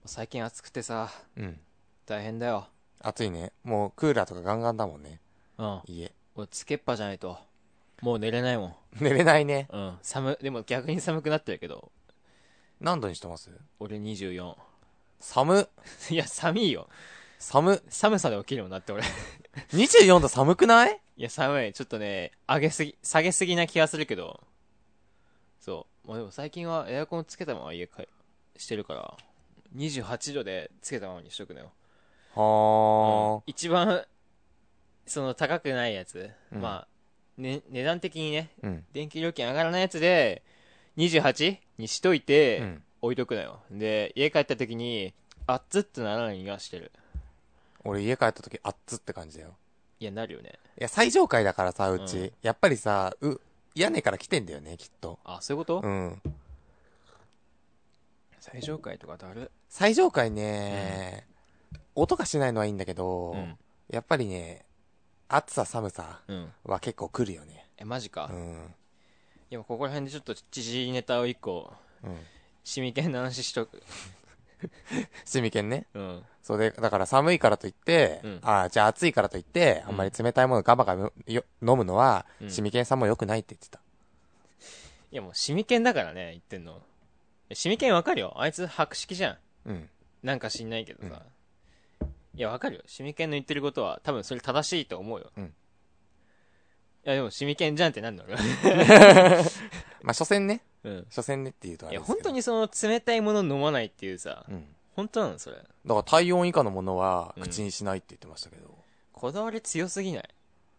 最近暑くてさ、 うん。 大変だよ。 暑いね。もうクーラーとかガンガンだもんね。 うん。 家。 俺つけっぱじゃないともう寝れないもん。 寝れないね。 うん。でも逆に寒くなってるけど、 何度にしてます？ 俺24。 寒。 いや寒いよ。 寒。 寒さで起きるもんなって俺。 24度寒くない？ いや寒い。ちょっとね、下げすぎな気がするけど、そう。もうでも最近はエアコンつけたまましてるから、28度でつけたままにしとくのよ。うん。 は一番その高くないやつ、 ー。うん。 まあ、ね、値段的にね、 うん。 電気料金上がらないやつで 28 にしといてうん。 置いとくのよ。で家帰った時にあっつってならないようにはしてる。 俺家帰った時あっつって感じだよ。 いやなるよね。 いや、最上階だからさ、ううん。 ち。やっぱりさ、屋根から来てんだよね、きっと。 あ、そういうこと？ うん。 最上階とかだる。 最上階うん。 ね、音がしないのはいいんだけど、 うん。 やっぱりね、暑さ寒さうん。 は結構来るよね。 マジか。 うん。 いやここら辺でちょっと時事ネタを一個うん。 シミケンの話しとく。 シミケンね。 うん。 そうで、だから寒いからといって、 うん。 じゃあ暑いからといって、あんまり冷たいものガバガバ飲むのは、 うん。 シミケンさんも良くないって言ってた。 いやもうシミケンだからね言ってんの。シミケンわかるよ。あいつ博識じゃん。 うん。 なんか知んないけどうん。 さ。いやわかるよ。シミケンの言ってることは多分それ正しいと思うよ。 うん。 いやでもシミケンじゃんってなんだろう。 まあ、所詮ね。 うん。 所詮ねって言うとあいやれですけど。 本当にその冷たいもの飲まないっていうさ、 うん。 本当なのそれ？ だから体温以下のものはうん。 口にしないって言ってましたけど。 こだわり強すぎない？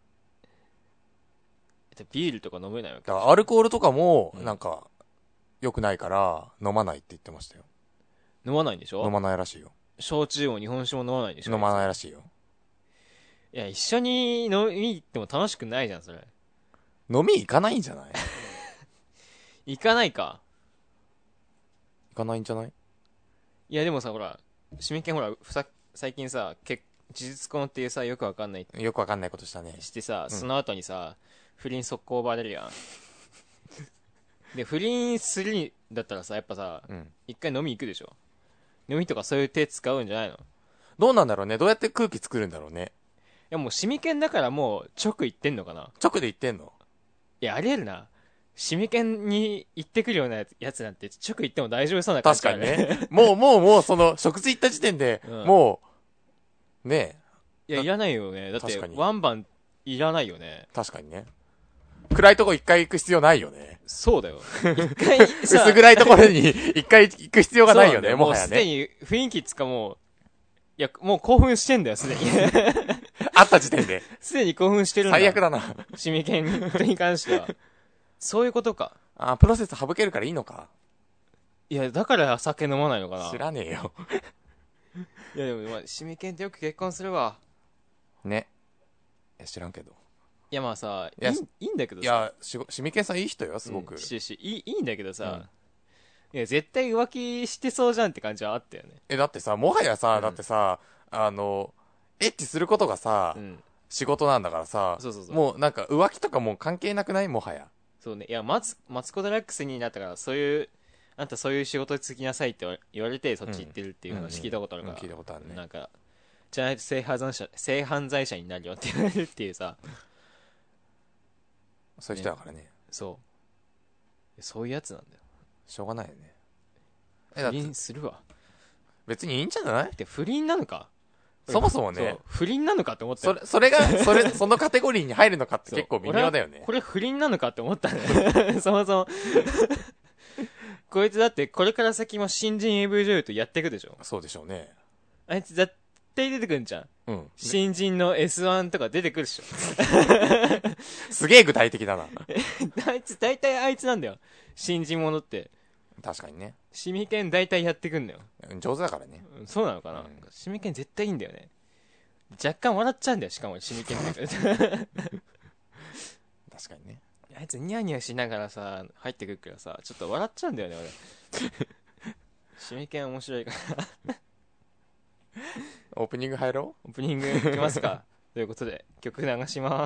ビールとか飲めないわけだでしょ？ からアルコールとかも、 うん。 なんか、良くないから、飲まないって言ってましたよ。 飲まないんでしょ？ 飲まないらしいよ。 焼酎も日本酒も飲まないんでしょあ飲まいつ？ ないらしいよ。 いや一緒に飲みに行っても楽しくないじゃんそれ。 飲み行かないんじゃない？ 行かないか。 行かないんじゃない？ いやでもさほら、シミケンほら最近さ事実婚っていうさよくわかんないよくわかんないことしたね。 してさ、 うん。 その後にさ不倫速攻バレるやん。で不倫するんだったらさやっぱさうん。 一回飲み行くでしょ？飲みとかそういう手使うんじゃないの？いどうなんだろうね。どうやって空気作るんだろうね。 やもうシミケンだからもう直行ってんのかな？ 直で言ってんの？ いやありえるな。シミケンに行ってくるようなやつなんて直行っても大丈夫そうな感じある。 確かにね。もう、その、食事行った時点で、 うん。 もう、ねえ。 いやいらないよね。だって確かに。 ワンバンいらないよね。 確かにね。暗いとこ一回行く必要ないよね。 そうだよ。一回さ、 薄暗いところに一回行く必要がないよね、ももうはやね。 すでに雰囲気つかもう、いや、もう興奮してんだよ、すでに。 会った時点で。 すでに興奮してるんだ。 最悪だな。 シミケンに関しては。そういうことか。 プロセス省けるからいいのか。 いや、だから酒飲まないのか知な。 らねえよ。 いや、でも、シミケンってよく結婚するわ。 ね。いや、知らんけど。 いや、まあさ、 いや、 いいんだけどさ。 いや、しみけんさんいい人よ、すうん、 ごく。 いいんだけどさ、 うん。 いや、絶対浮気してそうじゃんって感じはあったよね。 だってさ、もはやさ、だっうん。 てさ、エッチすることがさ、 うん。 仕事なんだからさ、 そうそうそう。 もうなんか浮気とかもう関係なくない？もはや。 そうね。いや、マツコ・デラックスになったから、あんたそういう仕事に就きなさいって言われて、そっち行ってるっていう話聞いたことあるか聞いたことあるら、 ね。 なんか、じゃないと性犯罪者になるよって言われるっていうさ、 そういう人ね。 だからね。 そういうやつなんだよ。 しょうがないよね。だ不って、 倫するわ。 別にいいんじゃない？ で、不倫なのか？ そもそもそう、 ね、 不倫なのかって思ったよ。 そのカテゴリーに入るのかってそう。 結構微妙だよね。 これ不倫なのかって思ったね。そもそも。こいつだってこれから先も新人 AV 女優とやっていくでしょ？ そうでしょうね。 あいつ絶対出てくんじゃん。 うん。ね、 新人の S1 とか出てくるでしょ？ すげえ具体的だな。 大体あいつなんだよ。新人者って。 確かにね。 シミケン大体やってくんだよ。 上手だからね。 うん、そうなのかな、 うん、 シミケン絶対いいんだよね。若干笑っちゃうんだよ、しかもシミケンって。 確かにね。 あいつニヤニヤしながらさ、入ってくるからさ、ちょっと笑っちゃうんだよね、俺。シミケン面白いから。 オープニング入ろオープニングいきますか。ということで、曲流します。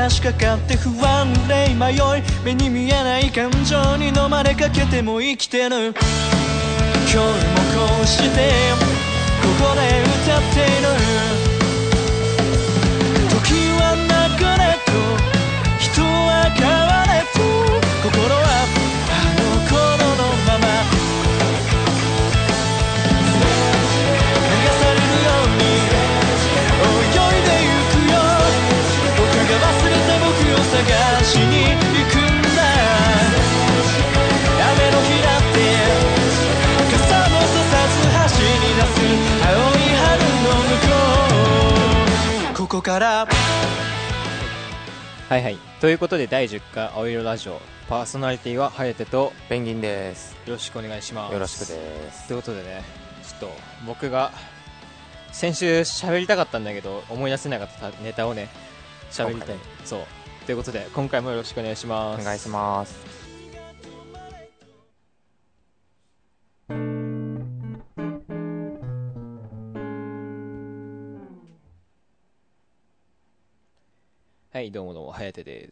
差し掛かって不安で迷い目に見えない感情に飲まれかけても生きてる今日もこうしてここで歌っている時は流れと人は変われと心はあの頃のまま流されるように泳いでゆくよ僕が忘れた僕を探しに行くんだ雨の日だって傘もささず走り出す青い春の向こうここからはいはい。ということで第10回青色ラジオパーソナリティは颯とペンギンです。 よろしくお願いします。 よろしくです。 ということでね、ちょっと僕が先週喋りたかったんだけど思い出せなかったネタをね喋りたい。そう。ということで今回もよろしくお願いします。 お願いします。 はいどうもどうも颯です。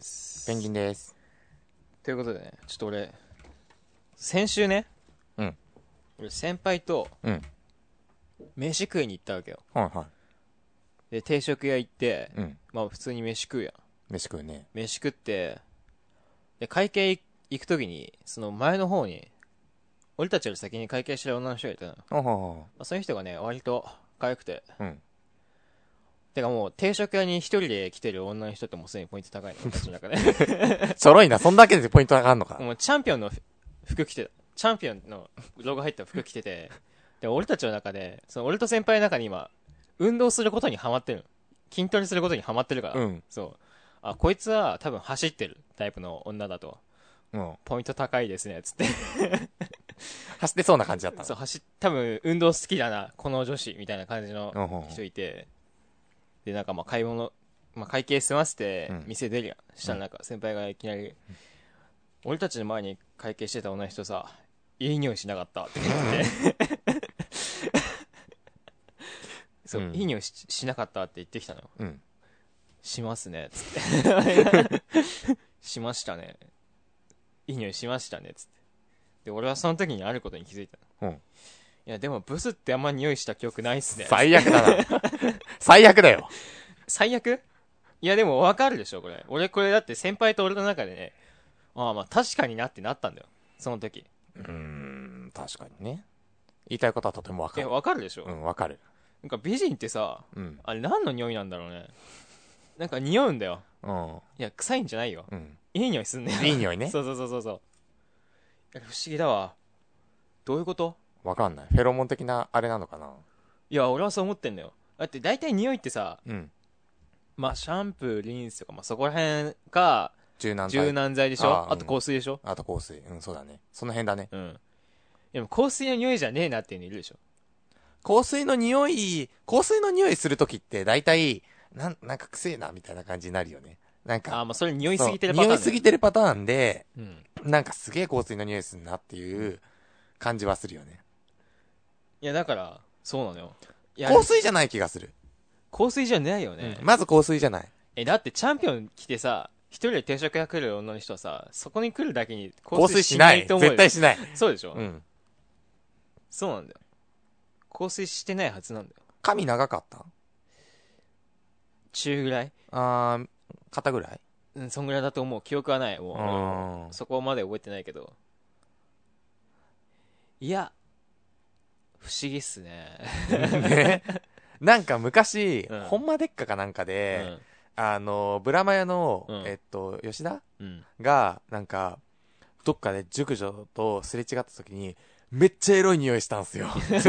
ペンギンです。 ということでね、ちょっと俺先週ね、俺先輩と飯食いに行ったわけよ。 はいはい。 で定食屋行って、まあ普通に飯食うやん。 飯食うね。 飯食ってで会計行くときにその前の方に俺たちより先に会計してる女の人がいたの。そういう人がね割と可愛くて、てかもう定食屋に一人で来てる女の人ってもうすでにポイント高いの私の中でちょろいな、そんだけでポイント上がんのか。 もうチャンピオンの服着てた。チャンピオンのロゴ入った服着ててで俺たちの中でその俺と先輩の中に今運動することにハマってる、筋トレすることにハマってるから、そうあこいつは多分走ってるタイプの女だと、ポイント高いですねつって走ってそうな感じだったの。 そう多分運動好きだなこの女子みたいな感じの人いて、でなんかまあ買い物、まあ、会計済ませて店出るやん、したらなんか先輩がいきなり、俺たちの前に会計してた女の人さいい匂いしなかったって言ってそう、いい匂い しなかったって言ってきたの、しますねつってしましたね、いい匂いしましたねつって、で俺はその時にあることに気づいたの、いやでもブスってあんま匂いした記憶ないっすね。 最悪だな最悪だよ。 最悪。いやでも分かるでしょこれ。俺これだって先輩と俺の中でね、ああまあ確かになってなったんだよその時。 確かにね。言いたいことはとても分かる。 分かるでしょ。 分かる。 なんか美人ってさ、あれ何の匂いなんだろうね。なんか匂うんだよ。いや臭いんじゃないよ。いい匂いすんね。 いい匂いね。 そう不思議だわ。どういうこと？ 分かんない。フェロモン的なあれなのかな。 いや俺はそう思ってんだよ。だって大体匂いってさ、まあシャンプーリンスとか、まあ、そこら辺か柔軟剤でしょ、あと香水でしょ、 あと香水、そうだね、その辺だね。 でも香水の匂いじゃねえなっていうのいるでしょ。 香水の匂いするときって大体なんかくせえなみたいな感じになるよね。なんかまあそれ匂いすぎてるパターン、ね、 匂いすぎてるパターンで、なんかすげえ香水の匂いするなっていう感じはするよね。 いやだからそうなのよ。 香水じゃない気がする。 香水じゃないよね、 まず香水じゃない。 だってチャンピオン来てさ一人で定食屋来る女の人はさそこに来るだけに香水しないと思う。絶対しない。 そうでしょ、そうなんだよ。香水してないはずなんだよ。 髪長かった？ 中ぐらい？ 肩ぐらい？ そんぐらいだと思う。記憶はない。もうそこまで覚えてないけど、いや不思議っすねね。なんか昔、ほんまでっかかなんかで、ブラマヨの、吉田、が、なんか、どっかで熟女とすれ違った時に、めっちゃエロい匂いしたんすよ。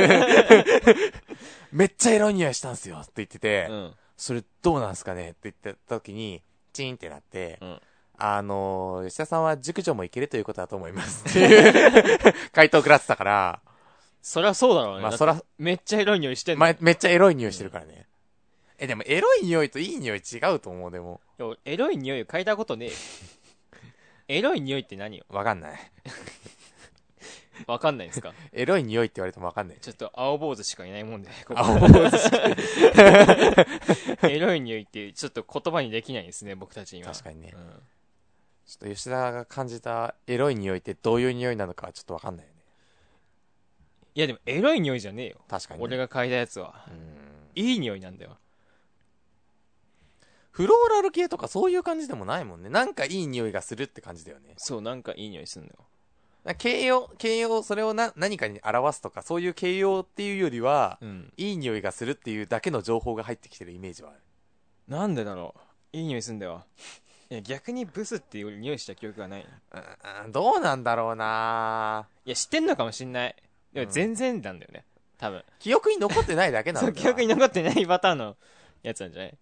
めっちゃエロい匂いしたんすよって言ってて、それどうなんすかねって言った時に、チーンってなって、吉田さんは熟女もいけるということだと思いますっていう回答を食らってたから、 そりゃそうだろうね。 まあそら、 めっちゃエロい匂いしてんの。 めっちゃエロい匂いしてるからね。でもエロい匂いといい匂い違うと思う、でも。 エロい匂いを嗅いだことねえよ。エロい匂いって何よ。 わかんない。 わかんないですか？ エロい匂いって言われてもわかんない。 ちょっと青坊主しかいないもんで、ここ青坊主しかエロい匂いってちょっと言葉にできないですね、僕たちには。 確かにね。 うん、 ちょっと吉田が感じたエロい匂いってどういう匂いなのかちょっとわかんないよね。 いやでもエロい匂いじゃねえよ。 確かに、ね。 俺が嗅いだやつは。いい匂いなんだよ。 フローラル系とかそういう感じでもないもんね。なんかいい匂いがするって感じだよね。 そう、なんかいい匂いするんだよ。 形容、それを何かに表すとか、そういう形容っていうよりは、 うん。 いい匂いがするっていうだけの情報が入ってきてるイメージはある。 なんでだろう。いい匂いするんだよ。いや、逆にブスっていう匂いした記憶がない。 どうなんだろうないや、知ってんのかもしんない。でも全然なんだよね。多分。 記憶に残ってないだけなそう、 んだ。 記憶に残ってないパターンのやつなんじゃない？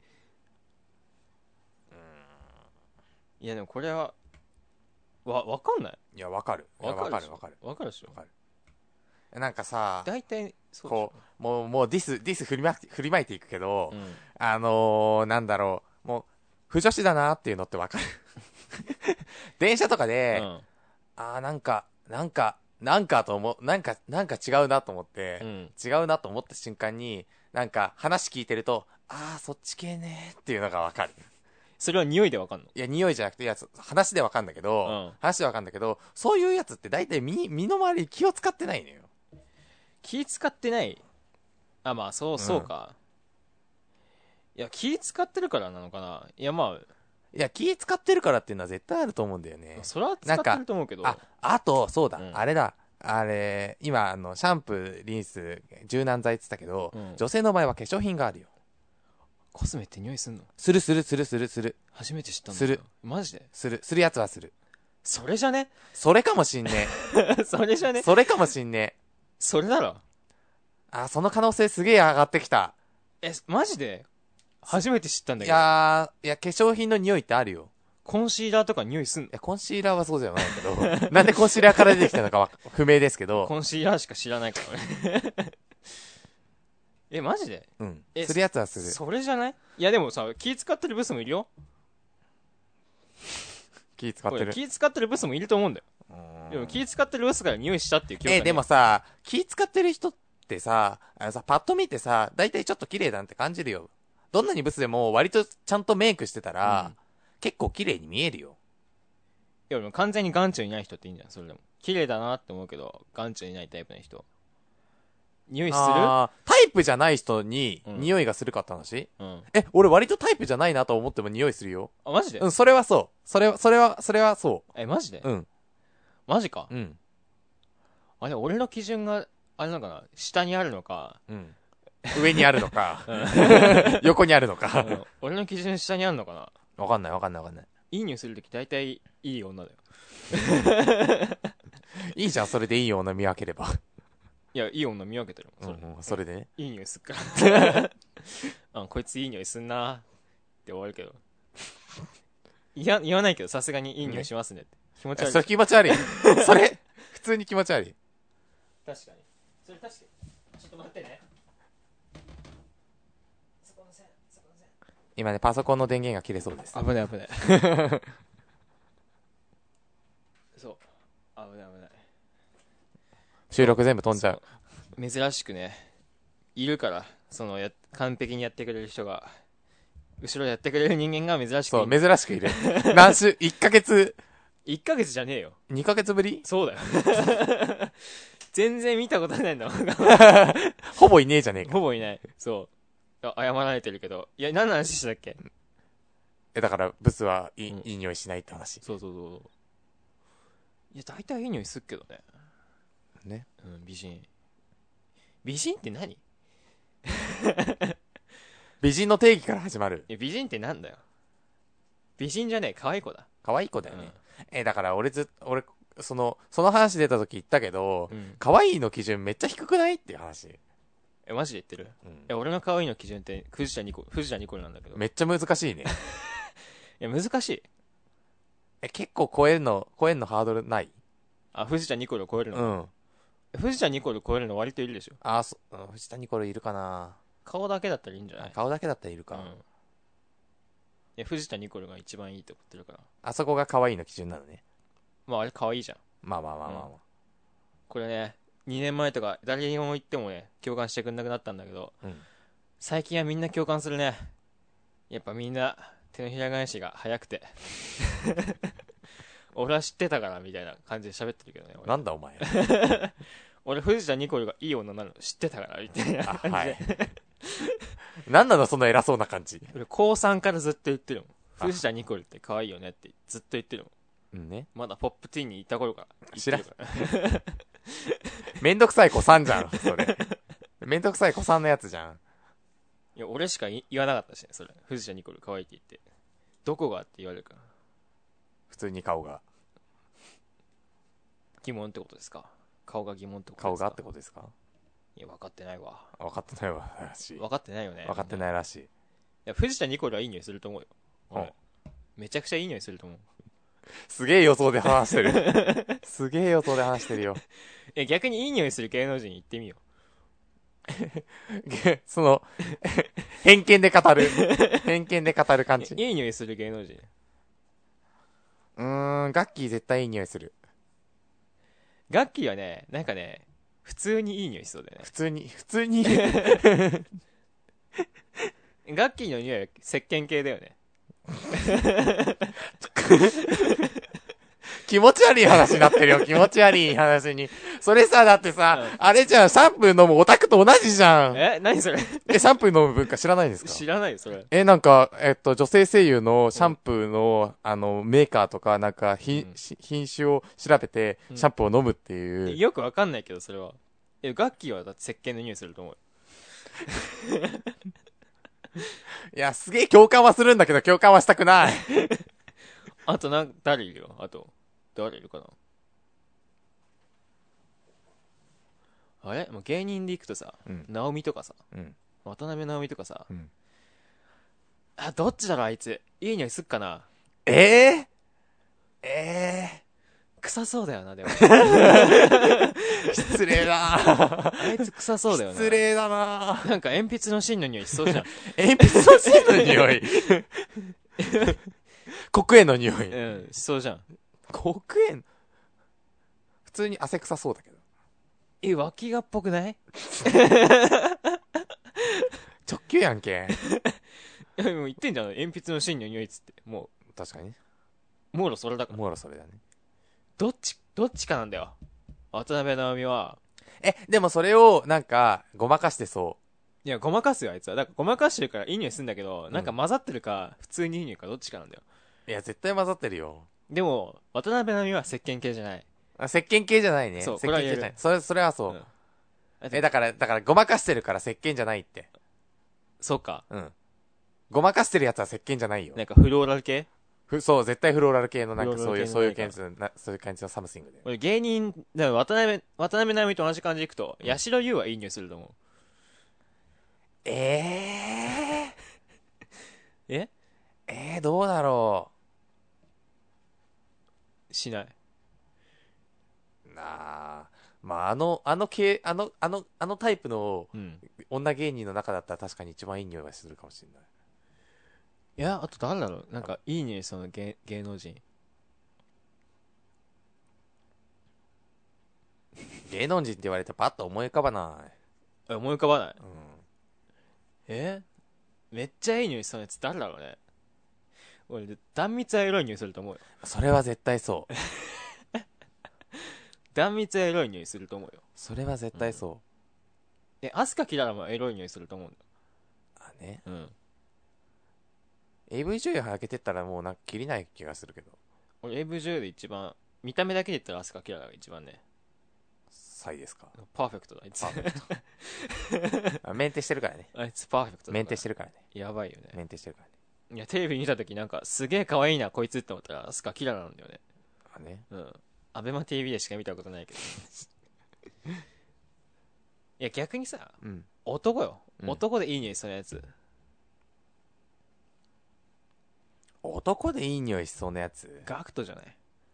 いや、でもこれは、わかんない？ いや、わかる。 わかる。 わかる。 わかるでしょ。 なんかさ、 大体、そうこう、もうディス振りまいていくけど、 うん、 なんだろう、もう、不女子だなっていうのってわかる。電車とかで、 うん、 なんかと思う、なんか違うなと思って、 うん、 違うなと思った瞬間に、なんか話聞いてると、そっち系ねっていうのがわかる。 それは匂いでわかんの？ いや、匂いじゃなくて、話でわかんだけど、そういうやつって大体身の回りに気を使ってないのよ。 気使ってない？まあ、そうか。いや、気使ってるからなのかな。いや、まあ。 いや、気使ってるからっていうのは絶対あると思うんだよね。 それは使ってると思うけど。 あと、そうだ、 うん、 あれだ。今、シャンプー、リンス、柔軟剤って言ったけど、女性の場合は化粧品があるよ。 コスメって匂いすんの？ する。 初めて知ったんだする。 マジで？ するやつはする。 それじゃね？ それかもしんねえ。それじゃね？ それかもしんねえ。 それだろ。 その可能性すげえ上がってきた。 マジで？初めて知ったんだけど。 いや、化粧品の匂いってあるよ。 コンシーラーとか匂いすんの？ コンシーラーはそうじゃないけど、なんでコンシーラーから出てきたのかは不明ですけど。 コンシーラーしか知らないからね。マジで？ うん。するやつはする。 それじゃない？いやでもさ、気使ってるブスもいるよ。 気使ってる。 気使ってるブスもいると思うんだよ。でも気使ってるブスから匂いしたっていう記憶がね。 でもさ、気使ってる人ってさ、パッと見てさ、だいたいちょっと綺麗だなって感じるよ。どんなにブスでも割とちゃんとメイクしてたら、結構綺麗に見えるよ。 いや、でも完全に眼中にない人っていいんじゃん、それでも。綺麗だなって思うけど、眼中にないタイプの人。匂いする？ タイプじゃない人に匂いがするかって話？俺割とタイプじゃないなと思っても匂いするよ。 マジで？ それはそう。それはそう。 マジで？ うん。 マジか。 うん。 俺の基準が、あれなのかな、下にあるのか。 うん。上にあるのか。横にあるのか。 俺の基準下にあるのかな。 わかんない。 いい匂いするとき大体いい女だよ。 いいじゃん、それでいい女見分ければ。 いや、いい女見分けてるもん。それでね。 いい匂いすっから。こいついい匂いすんなーって終わるけど。言わないけど、さすがにいい匂いしますねって。気持ち悪い。 それ気持ち悪い。それ、普通に気持ち悪い。 確かに。それ確かに。ちょっと待ってね。 今ね、パソコンの電源が切れそうです。 危ない。そう。危ない。 収録全部飛んじゃう。 珍しくね、いるから、完璧にやってくれる人が、後ろでやってくれる人間が珍しくいる。 そう、珍しくいる。何週、1ヶ月。 1ヶ月じゃねえよ。 2ヶ月ぶり？ そうだよ。全然見たことないんだもん。 ほぼいねえじゃねえか。 ほぼいない。そう。謝られてるけど。いや、何の話したっけ？ だから、ブスはいい匂いしないって話。 そう。いや、大体いい匂いすっけどね。 ね。 美人。美人って何？ 美人の定義から始まる。 いや、美人ってなんだよ。美人じゃねえ、可愛い子だ。 可愛い子だよね。だからその話出た時言ったけど、可愛いの基準めっちゃ低くないっていう話。 マジで言ってる？俺の可愛いの基準って藤田ニコルなんだけど。 めっちゃ難しいね。 いや、難しい。 結構超えるのハードルない？ 藤田ニコルを超えるの？藤田ニコル超えるの割といるでしょ。 藤田ニコルいるかな。 顔だけだったらいいんじゃない？ 顔だけだったらいるか。 いや、藤田ニコルが一番いいと思ってるから。 あそこが可愛いの基準なのね。 あれ可愛いじゃん。 まあ。 これね2年前とか誰にも言ってもね共感してくんなくなったんだけど、最近はみんな共感するね。やっぱみんな手のひら返しが早くて俺は知ってたからみたいな感じで喋ってるけどね。 なんだお前俺藤田ニコルがいい女なの知ってたからみたいな感じで、はい、 なんなのそんな偉そうな感じ。 俺高3からずっと言ってるもん。藤田ニコルって可愛いよねってずっと言ってるもん。ね、まだポップティーンにいた頃から言ってるからめんどくさい子さんじゃんそれ。めんどくさい子さんのやつじゃん。 いや俺しか言わなかったしね、それ。藤田ニコル可愛いって言ってどこがって言われるから。 普通に顔が疑問ってことですか。顔が疑問ってことですか。 顔がってことですか。 いや分かってないわ。 分かってないわらしい。 分かってないよね。 分かってないらしい。いや藤田ニコルはいい匂いすると思うよ、めちゃくちゃいい匂いすると思う。 すげえ予想で話してるすげえ予想で話してるよ。 逆にいい匂いする芸能人に言ってみようその偏見で語る偏見で語る感じ。 いい匂いする芸能人。 ガッキー絶対いい匂いする。 ガッキーはね、なんかね、普通にいい匂いしそうだよね。 普通にガッキーの匂いは石鹸系だよね気持ち悪い話になってるよ。気持ち悪い話に。それさ、だってさ、あれじゃん、シャンプー飲むオタクと同じじゃん。 何それ。 シャンプー飲む文化知らないんですか。 知らないよ、それ。 なんか、女性声優のシャンプーの、メーカーとか、なんか、品種を調べて、シャンプーを飲むっていう。 よくわかんないけど、それは。ガッキーはだって石鹸の匂いすると思うよ。 いや、すげえ共感はするんだけど、共感はしたくない。 あと誰いるよ。あと誰いるかな。あれもう芸人で行くとさ、直美とかさ、渡辺直美とかさ、どっちだろうあいつ。いい匂いすっかな。臭そうだよな、でも。 失礼だあいつ臭そうだよな。 失礼だな。 なんか鉛筆の芯の匂いしそうじゃん。 鉛筆の芯の匂い黒鉛の匂い。 しそうじゃん。 黒鉛普通に汗臭そうだけど。 脇がっぽくない？ 直球やんけ。 いや、もう言ってんじゃん。鉛筆の芯の匂いっつって。もう。確かに。 もろそれだから。 もろそれだね。 どっちかなんだよ。渡辺直美は。 でもそれを、なんか、ごまかしてそう。 いや、ごまかすよ、あいつは。だからごまかしてるからいい匂いするんだけど、なんか混ざってるか、普通にいい匂いかどっちかなんだよ。 いや、絶対混ざってるよ。 でも、渡辺直美は石鹸系じゃない。 石鹸系じゃないね。 そう、 石鹸系じゃない。それはそう。だからごまかしてるから石鹸じゃないって。 そうか。 ごまかしてるやつは石鹸じゃないよ。 なんかフローラル系？ そう、絶対フローラル系のなんかそういう感じのサムシングで。 俺芸人、だから渡辺直美と同じ感じでいくと、八代優はいい匂いすると思う。 どうだろう。しない。 まあ、あのタイプの女芸人の中だったら確かに一番いい匂いがするかもしれない。 いや、あと誰だろう。なんかいい匂いその芸能人。 芸能人って言われてパッと思い浮かばない。 思い浮かばない。めっちゃいい匂いしそうなやつ誰だろうね。俺断蜜はエロい匂いすると思うよ。 それは絶対そう。 断蜜はエロい匂いすると思うよ。 それは絶対そう。 飛鳥キララもエロい匂いすると思うんだよ。 AV 女優はけてったらもうなんか切りない気がするけど。 俺 AV 女優で一番見た目だけで言ったら飛鳥キララが一番ね。 サイですか。 パーフェクトだあいつ。 パーフェクト。メンテしてるからね。 あいつパーフェクトだ。 メンテしてるからね。 やばいよね。 メンテしてるからね。 いやテレビ見た時なんかすげえ可愛いなこいつって思ったら飛鳥キララなんだよね。アベマ TV でしか見たことないけど。いや逆にさ、男よ、男でいい匂いしそうなやつ。 男でいい匂いしそうなやつ。 ガクトじゃない。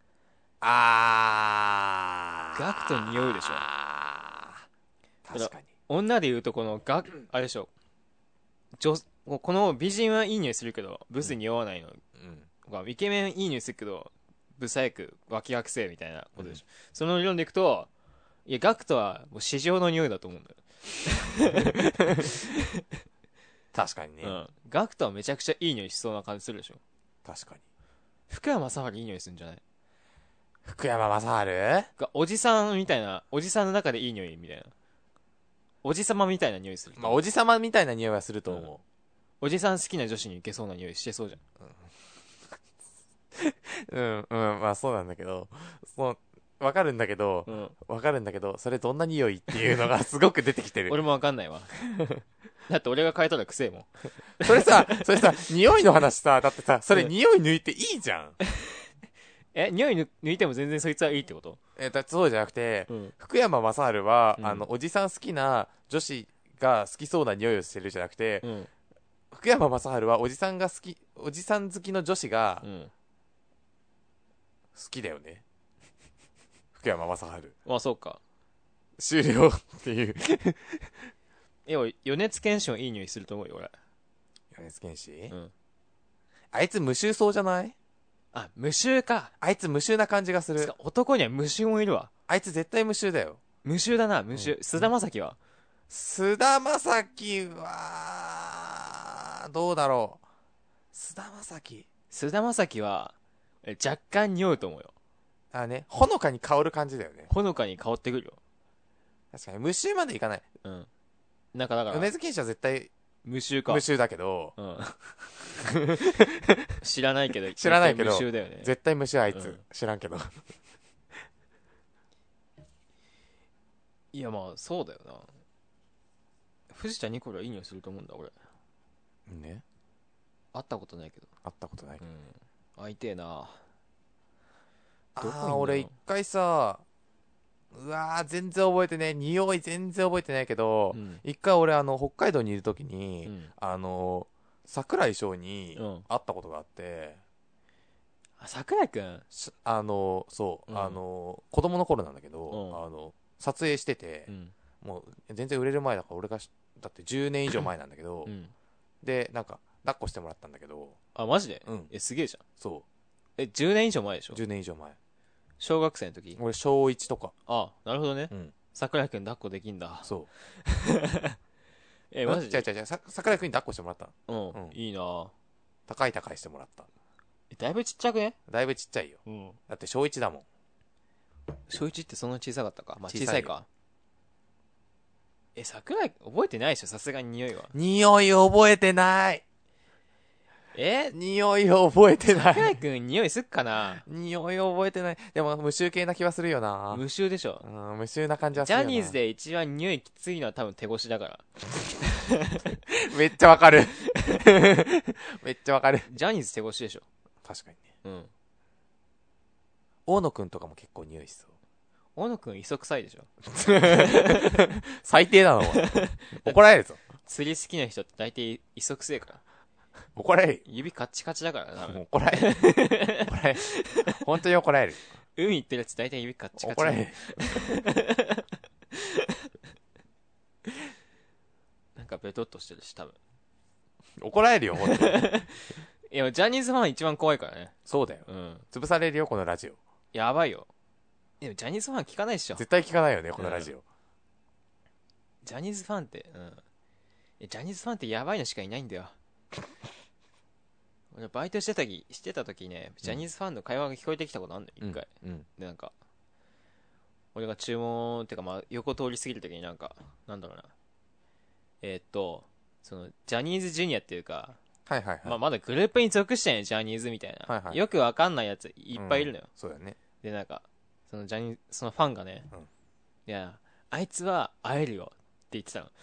ガクト匂うでしょ。 確かに。 女で言うとこのあれでしょ。この美人はいい匂いするけどブス匂わないの。イケメンいい匂いするけどブサイク脇役性みたいなことでしょ。その理論でいくといやガクトはもう市場の匂いだと思うんだよ。 確かにね、 ガクトはめちゃくちゃいい匂いしそうな感じするでしょ。 確かに。 福山雅治いい匂いするんじゃない？ 福山雅治がおじさんみたいな、おじさんの中でいい匂いみたいな、おじさまみたいな匂いする。 まあおじさまみたいな匂いはすると思う、 おじさん好きな女子に受けそうな匂いしてそうじゃん。まあそうなんだけど、わかるんだけど、それどんな匂いっていうのがすごく出てきてる。 俺もわかんないわ。だって俺が変えたらくせえもん。 それさ、匂いの話さ、だってさ、それ匂い抜いていいじゃん。 匂い抜いても全然そいつはいいってこと？ だってそうじゃなくて、福山雅治は、おじさん好きな女子が好きそうな匂いをしてるじゃなくて、福山雅治はおじさん好きの女子が、好きだよね。福山雅治。 あ、そうか。 終了っていう。 米津玄師はいい匂いすると思うよ、俺。 米津玄師？あいつ無臭そうじゃない？ あ、無臭か。 あいつ無臭な感じがする。 男には無臭もいるわ。 あいつ絶対無臭だよ。 無臭だな、無臭。菅田将暉は？ 菅田将暉は、どうだろう。菅田将暉は、若干匂うと思うよ。 ほのかに香る感じだよね。 ほのかに香ってくるよ。 確かに、無臭までいかない。 だから。 梅津玄師は絶対、 無臭か。 無臭だけど。 知らないけど。 無臭だよね。 絶対無臭あいつ。知らんけど。 いや、まあ、そうだよな。藤田ニコルはいい匂いすると思うんだ、俺。 ね。 会ったことないけど。会いてえな。 俺一回さ、全然覚えてねえ。匂い全然覚えてないけど、一回俺北海道にいるときに、桜井翔に会ったことがあって、 桜井くん？ そう、子供の頃なんだけど、撮影してて、もう全然売れる前だから俺が、だって10年以上前なんだけど、で、なんか、抱っこしてもらったんだけど。 あ、マジで？すげえじゃん。 そう。 10年以上前でしょ？ 10年以上前。 小学生の時？ 俺小1とか。 あ、なるほどね。桜井くん抱っこできんだ。 そう。 マジで？ 桜井くんに抱っこしてもらった。 いいな。 高いしてもらった。 だいぶちっちゃくね？ だいぶちっちゃいよ。だって小1だもん。 小1ってそんな小さかったか？まあ小さいか。桜井覚えてないでしょ、さすがに匂いは。 匂い覚えてない。匂いを覚えてない。 桜井くん匂いすっかな？ 匂い覚えてない。でも無臭系な気はするよな。 無臭でしょ。 無臭な感じはするよな。 ジャニーズで一番匂いきついのは多分手越しだから。 めっちゃわかる。めっちゃわかる。 ジャニーズ手越しでしょ。 確かにね。大野くんとかも結構匂いしそう。 大野くん磯臭いでしょ。 最低だな、お前。怒られるぞ。 釣り好きな人って大体磯臭いから。 怒られる。 指カッチカチだからな。 怒られる。本当に怒られる。 海行ってるやつ大体指カッチカチ。 怒られる。 なんかベトっとしてるし、多分。 怒られるよ、本当に。 いや、ジャニーズファン一番怖いからね。 そうだよ。潰されるよ、このラジオ。 やばいよ。でもジャニーズファン聞かないっしょ。 絶対聞かないよね、このラジオ。 ジャニーズファンって、ジャニーズファンってやばいのしかいないんだよ。俺バイトしてた時ね、ジャニーズファンの会話が聞こえてきたことあるんだよ、一回。で、なんか、俺が注文ってか、まあ、横通り過ぎる時になんか、なんだろうな。その、ジャニーズジュニアっていうか、まあ、まだグループに属してないジャニーズみたいな。よくわかんないやついっぱいいるのよ。 そうだね。 で、なんか、そのファンがね、いや、あいつは会えるよって言ってたの。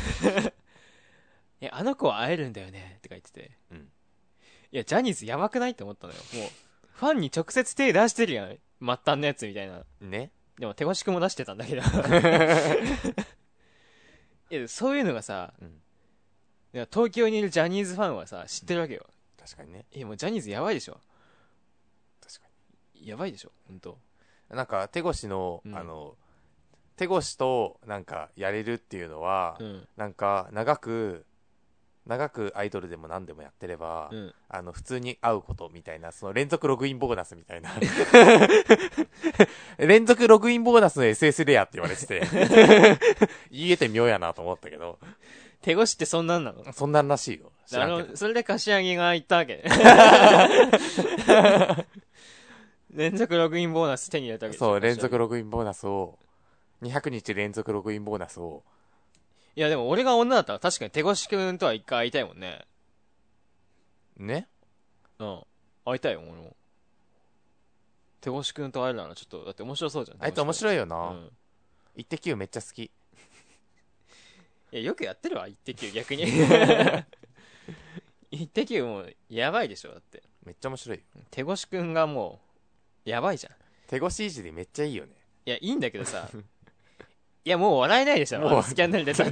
あの子は会えるんだよねって言ってて、いや、ジャニーズやばくないって思ったのよ。もう、ファンに直接手出してるやん。末端のやつみたいな。 ね。 でも手越しくんも出してたんだけど。いや、そういうのがさ、いや東京にいるジャニーズファンはさ、知ってるわけよ。 確かにね。 もうジャニーズやばいでしょ。 確かに。やばいでしょ、ほんと。 なんか、手越の、手越と、なんか、やれるっていうのは、なんか、長くアイドルでも何でもやってれば、普通に会うことみたいな、その連続ログインボーナスみたいな連続ログインボーナスの SS レアって言われてて言えて妙やなと思ったけど、 手越しってそんなんなの？ そんなんらしいよ。知らんけど。 それで柏木が言ったわけ連続ログインボーナス手に入れたわけでしょ。 そう、連続ログインボーナスを、200日連続ログインボーナスを。 いやでも俺が女だったら確かに手越くんとは一回会いたいもんね。 ね？ うん。会いたいよ、俺も。手越くんと会えるならちょっと、だって面白そうじゃん。 あいつ面白いよな。 うん。 イッテ Q めっちゃ好き。 いや、よくやってるわ、イッテ Q 逆に。イッテ Q もう、やばいでしょ、だって。 めっちゃ面白いよ。 手越くんがもう、やばいじゃん。 手越いじりめっちゃいいよね。 いや、いいんだけどさ。いや、もう笑えないでしょ、もうスキャンダル出た。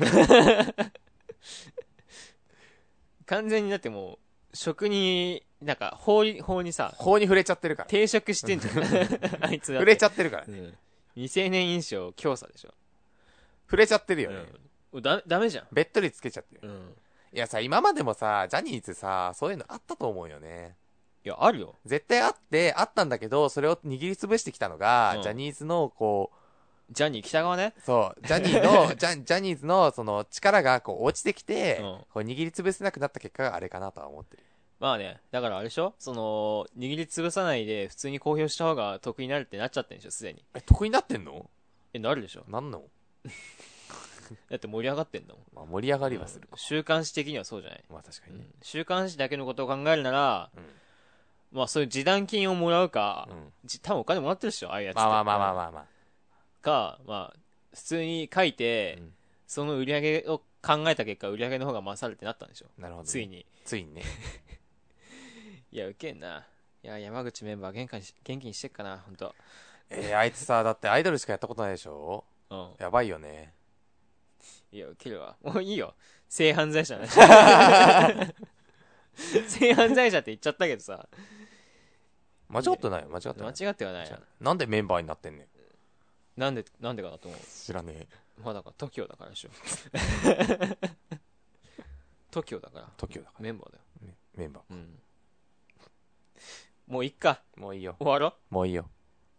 完全にだってもう、職に、なんか、法にさ、 法に触れちゃってるから。 抵触してんじゃん。あいつだって。 触れちゃってるからね。 未成年飲酒強さでしょ。 触れちゃってるよね。 ダメじゃん。 べっとりつけちゃってる。いやさ、今までもさ、ジャニーズさ、そういうのあったと思うよね。 いや、あるよ。 絶対あったんだけど、それを握りつぶしてきたのが、ジャニーズの、こう、 ジャニー北川ね。 そう、ジャニーズの、その、力が、こう、落ちてきて、こう、握りつぶせなくなった結果があれかなとは思ってる。 まあね、だからあれでしょ、その、握りつぶさないで、普通に公表した方が得になるってなっちゃってんでしょ、すでに。 得になってんの？ なるでしょ。 なんの？ だって盛り上がってんだもん。 まあ、盛り上がりはするか。 週刊誌的にはそうじゃない。 まあ確かにね。 週刊誌だけのことを考えるなら、まあそういう示談金をもらうか、多分お金もらってるでしょ、ああいうやつって。 まあ。 か、まあ、普通に書いて、その売り上げを考えた結果、売り上げの方が勝るってなったんでしょ。 なるほど、ね。 ついにね。いや、ウケんな。いや、山口メンバー元気にしてっかな、ほんと。 あいつさ、だってアイドルしかやったことないでしょ。やばいよね。 いや、ウケるわ。もういいよ。性犯罪者ね。性犯罪者って言っちゃったけどさ。 間違ってないよ、間違ってはない。 なんでメンバーになってんねん。 なんでかなと思う。 知らねえ。 まあだから TOKIO だからでしょ。TOKIO だから。メンバーだよ。 メンバー。 もういっか。 もういいよ。 終わろう。 もういいよ。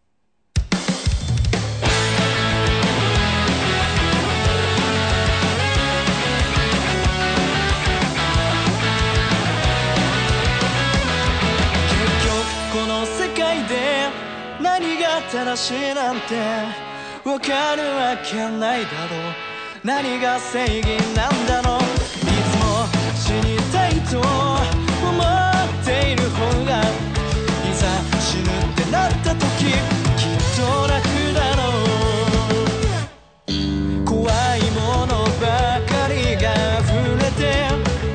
この世界で何が正しいなんてわかるわけないだろう。何が正義なんだろう。いつも死にたいと思っている方が、いざ死ぬってなった時きっと楽だろう。怖いものばかりが溢れて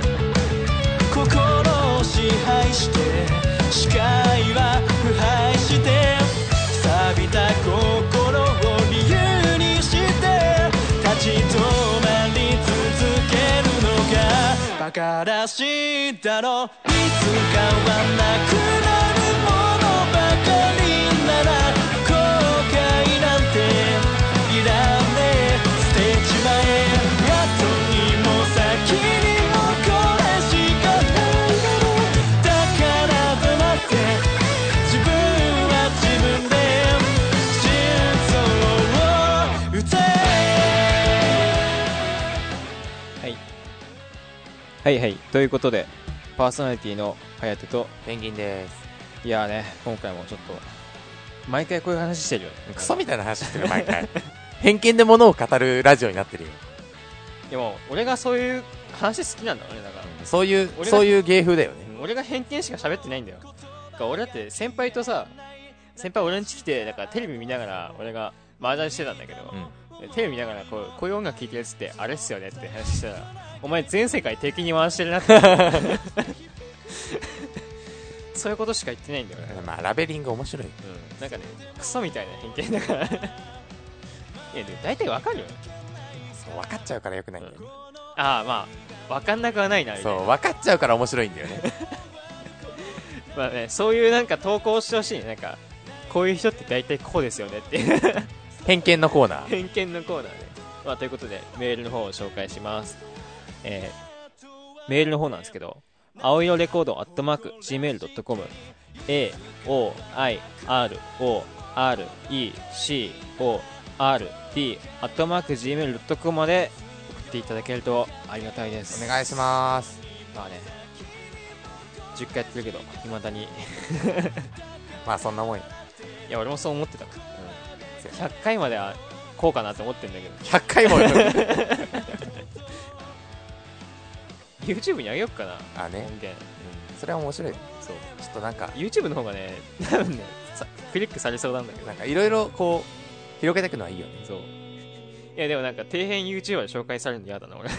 心を支配して、視界は腐敗して錆びた心を理由にして立ち止まり続けるのが馬鹿らしいだろう。いつかはなくなるものばかりなら後悔なんていらねえ、捨てちまえ。後にも先にもこれしかないだろう。だから黙って自分は自分で心を打て。 はいということでパーソナリティの颯とペンギンです。 いやーね、今回もちょっと毎回こういう話してるよね。 クソみたいな話してる毎回。偏見で物を語るラジオになってるよ。 でも俺がそういう話好きなんだろうね。だから、 そういう芸風だよね。 俺が偏見しか喋ってないんだよ。だから俺だって先輩俺ん家来て、だからテレビ見ながら俺が麻雀してたんだけど、テレビ見ながらこういう音楽聴いてるやつってあれっすよねって話したら、お前全世界敵に回してるなってそういうことしか言ってないんだよね。 まあラベリング面白い。 なんかね、クソみたいな偏見だからいやでも大体わかるよね。 そう分かっちゃうからよくないんだよね。 ああ、まあ分かんなくはないなみたいな。 そう分かっちゃうから面白いんだよね。 まあね、そういうなんか投稿してほしいね。なんかこういう人って大体こうですよねって偏見のコーナー。 偏見のコーナーね。まあということでメールの方を紹介します。メールの方なんですけど、青色レコード@gmail.com AOIRO RECORD@gmail.com まで送っていただけるとありがたいです。 お願いします。 まあね、10回やってるけど未だにまあそんなもんや。 いや俺もそう思ってた、100回まではこうかなと思ってんだけど 100回も YouTube にあげよっかな。 あね、 音源、 それは面白い。 そうちょっとなんか YouTube の方がね多分ねクリックされそうなんだけど、 なんかいろいろこう広げていくのはいいよね。 そう、いやでもなんか底辺 YouTuber で紹介されるの嫌だな俺い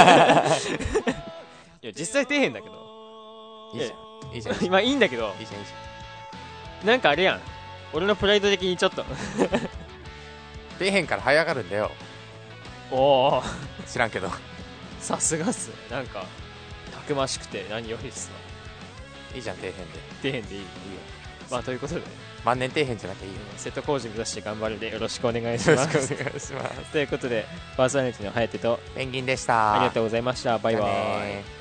や実際底辺だけどいいじゃん、いいじゃん、 まあいいんだけど、 いいじゃん、いいじなんかあれやん、俺のプライド的にちょっとゃん。底辺から這い上がるんだよ。 おお知らんけど。 さすがっすね、なんかたくましくて何よりっすわ。 いいじゃん、底辺で。 底辺でいい。いいよ。まあということで万年底辺じゃなきゃいいよ。 瀬戸康史目指して頑張るんでよろしくお願いします。 よろしくお願いします。 ということでパーソナリティの颯とペンギンでした。 ありがとうございました。バイバイ。